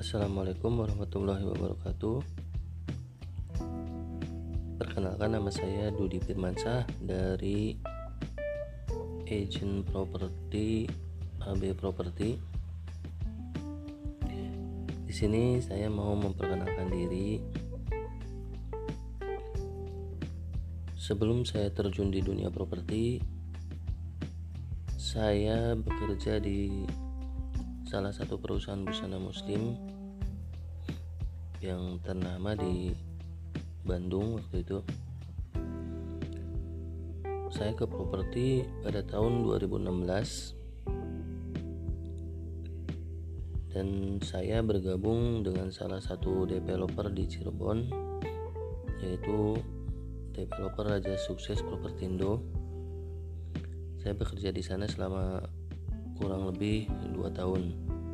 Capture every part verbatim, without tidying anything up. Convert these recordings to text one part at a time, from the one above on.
Assalamualaikum warahmatullahi wabarakatuh. Perkenalkan, nama saya Dudi Firmansyah dari Agent Property A B Property. Di sini saya mau memperkenalkan diri. Sebelum saya terjun di dunia properti, saya bekerja di salah satu perusahaan busana muslim yang ternama di Bandung waktu itu. Saya ke properti pada tahun dua ribu enam belas dan saya bergabung dengan salah satu developer di Cirebon, yaitu developer Raja Sukses Propertindo. Saya bekerja di sana selama kurang lebih dua tahun.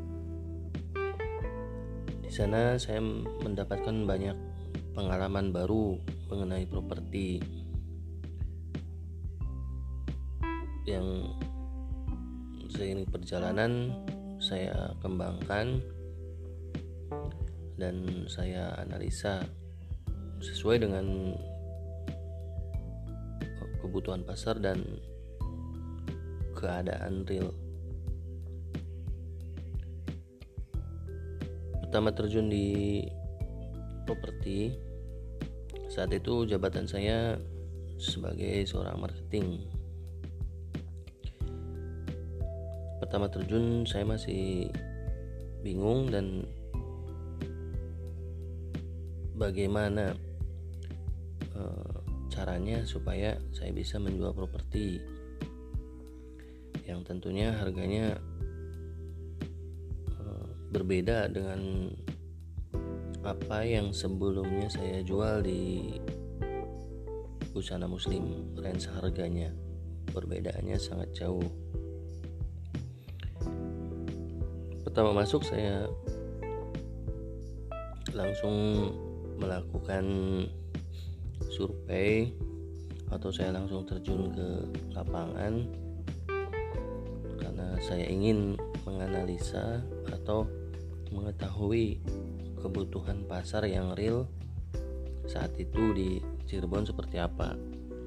Di sana saya mendapatkan banyak pengalaman baru mengenai properti yang seiring perjalanan saya kembangkan dan saya analisa sesuai dengan kebutuhan pasar dan keadaan real. Pertama terjun di properti, saat itu jabatan saya sebagai seorang marketing. Pertama terjun saya masih bingung dan bagaimana e, caranya supaya saya bisa menjual properti yang tentunya harganya berbeda dengan apa yang sebelumnya saya jual di busana muslim. Range harganya perbedaannya sangat jauh. Pertama masuk saya langsung melakukan survei atau saya langsung terjun ke lapangan karena saya ingin menganalisa atau mengetahui kebutuhan pasar yang real saat itu di Cirebon seperti apa.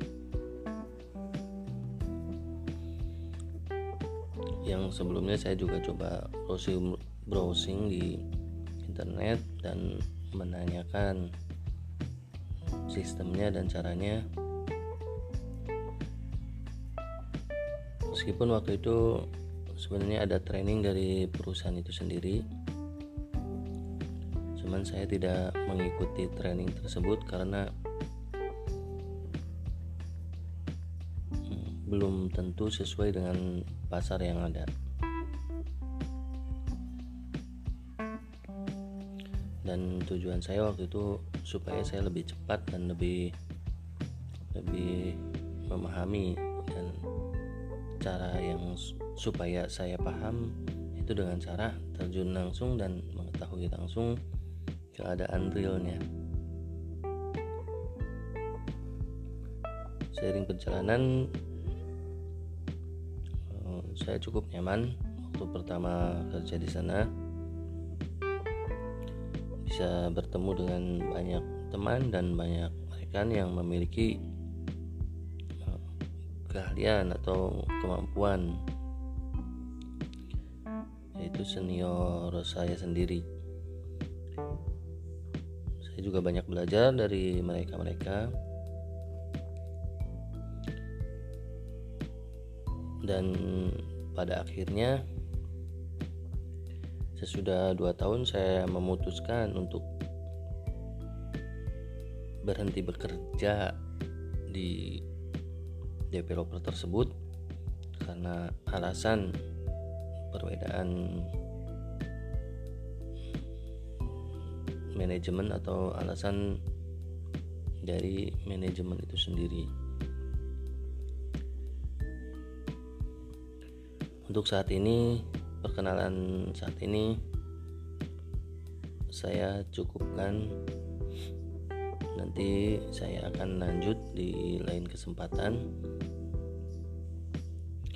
Yang sebelumnya saya juga coba browsing, browsing di internet dan menanyakan sistemnya dan caranya. Meskipun waktu itu sebenarnya ada training dari perusahaan itu sendiri, cuman saya tidak mengikuti training tersebut karena hmm, belum tentu sesuai dengan pasar yang ada. Dan tujuan saya waktu itu supaya saya lebih cepat dan lebih lebih memahami, dan cara yang supaya saya paham itu dengan cara terjun langsung dan mengetahui langsung keadaan realnya. Seiring perjalanan saya cukup nyaman waktu pertama kerja di sana, bisa bertemu dengan banyak teman dan banyak rekan yang memiliki keahlian atau kemampuan, yaitu senior saya sendiri. Saya juga banyak belajar dari mereka-mereka, dan pada akhirnya sesudah dua tahun saya memutuskan untuk berhenti bekerja di developer tersebut karena alasan perbedaan manajemen atau alasan dari manajemen itu sendiri. Untuk saat ini, perkenalan saat ini saya cukupkan. Nanti saya akan lanjut di lain kesempatan.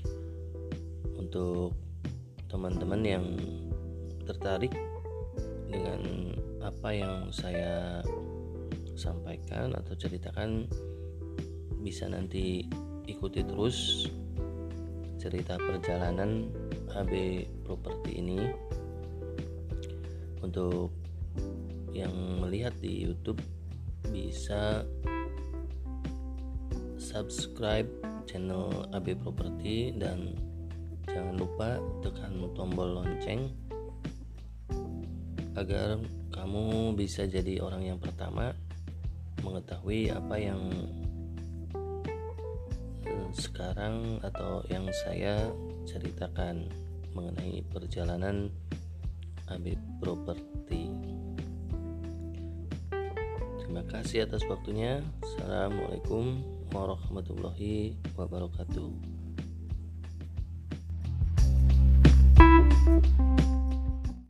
Untuk teman-teman yang tertarik dengan apa yang saya sampaikan atau ceritakan, bisa nanti ikuti terus cerita perjalanan A B Property ini. Untuk yang melihat di YouTube bisa subscribe channel A B Property dan jangan lupa tekan tombol lonceng agar kamu bisa jadi orang yang pertama mengetahui apa yang sekarang atau yang saya ceritakan mengenai perjalanan A B Property. Terima kasih atas waktunya. Assalamualaikum warahmatullahi wabarakatuh.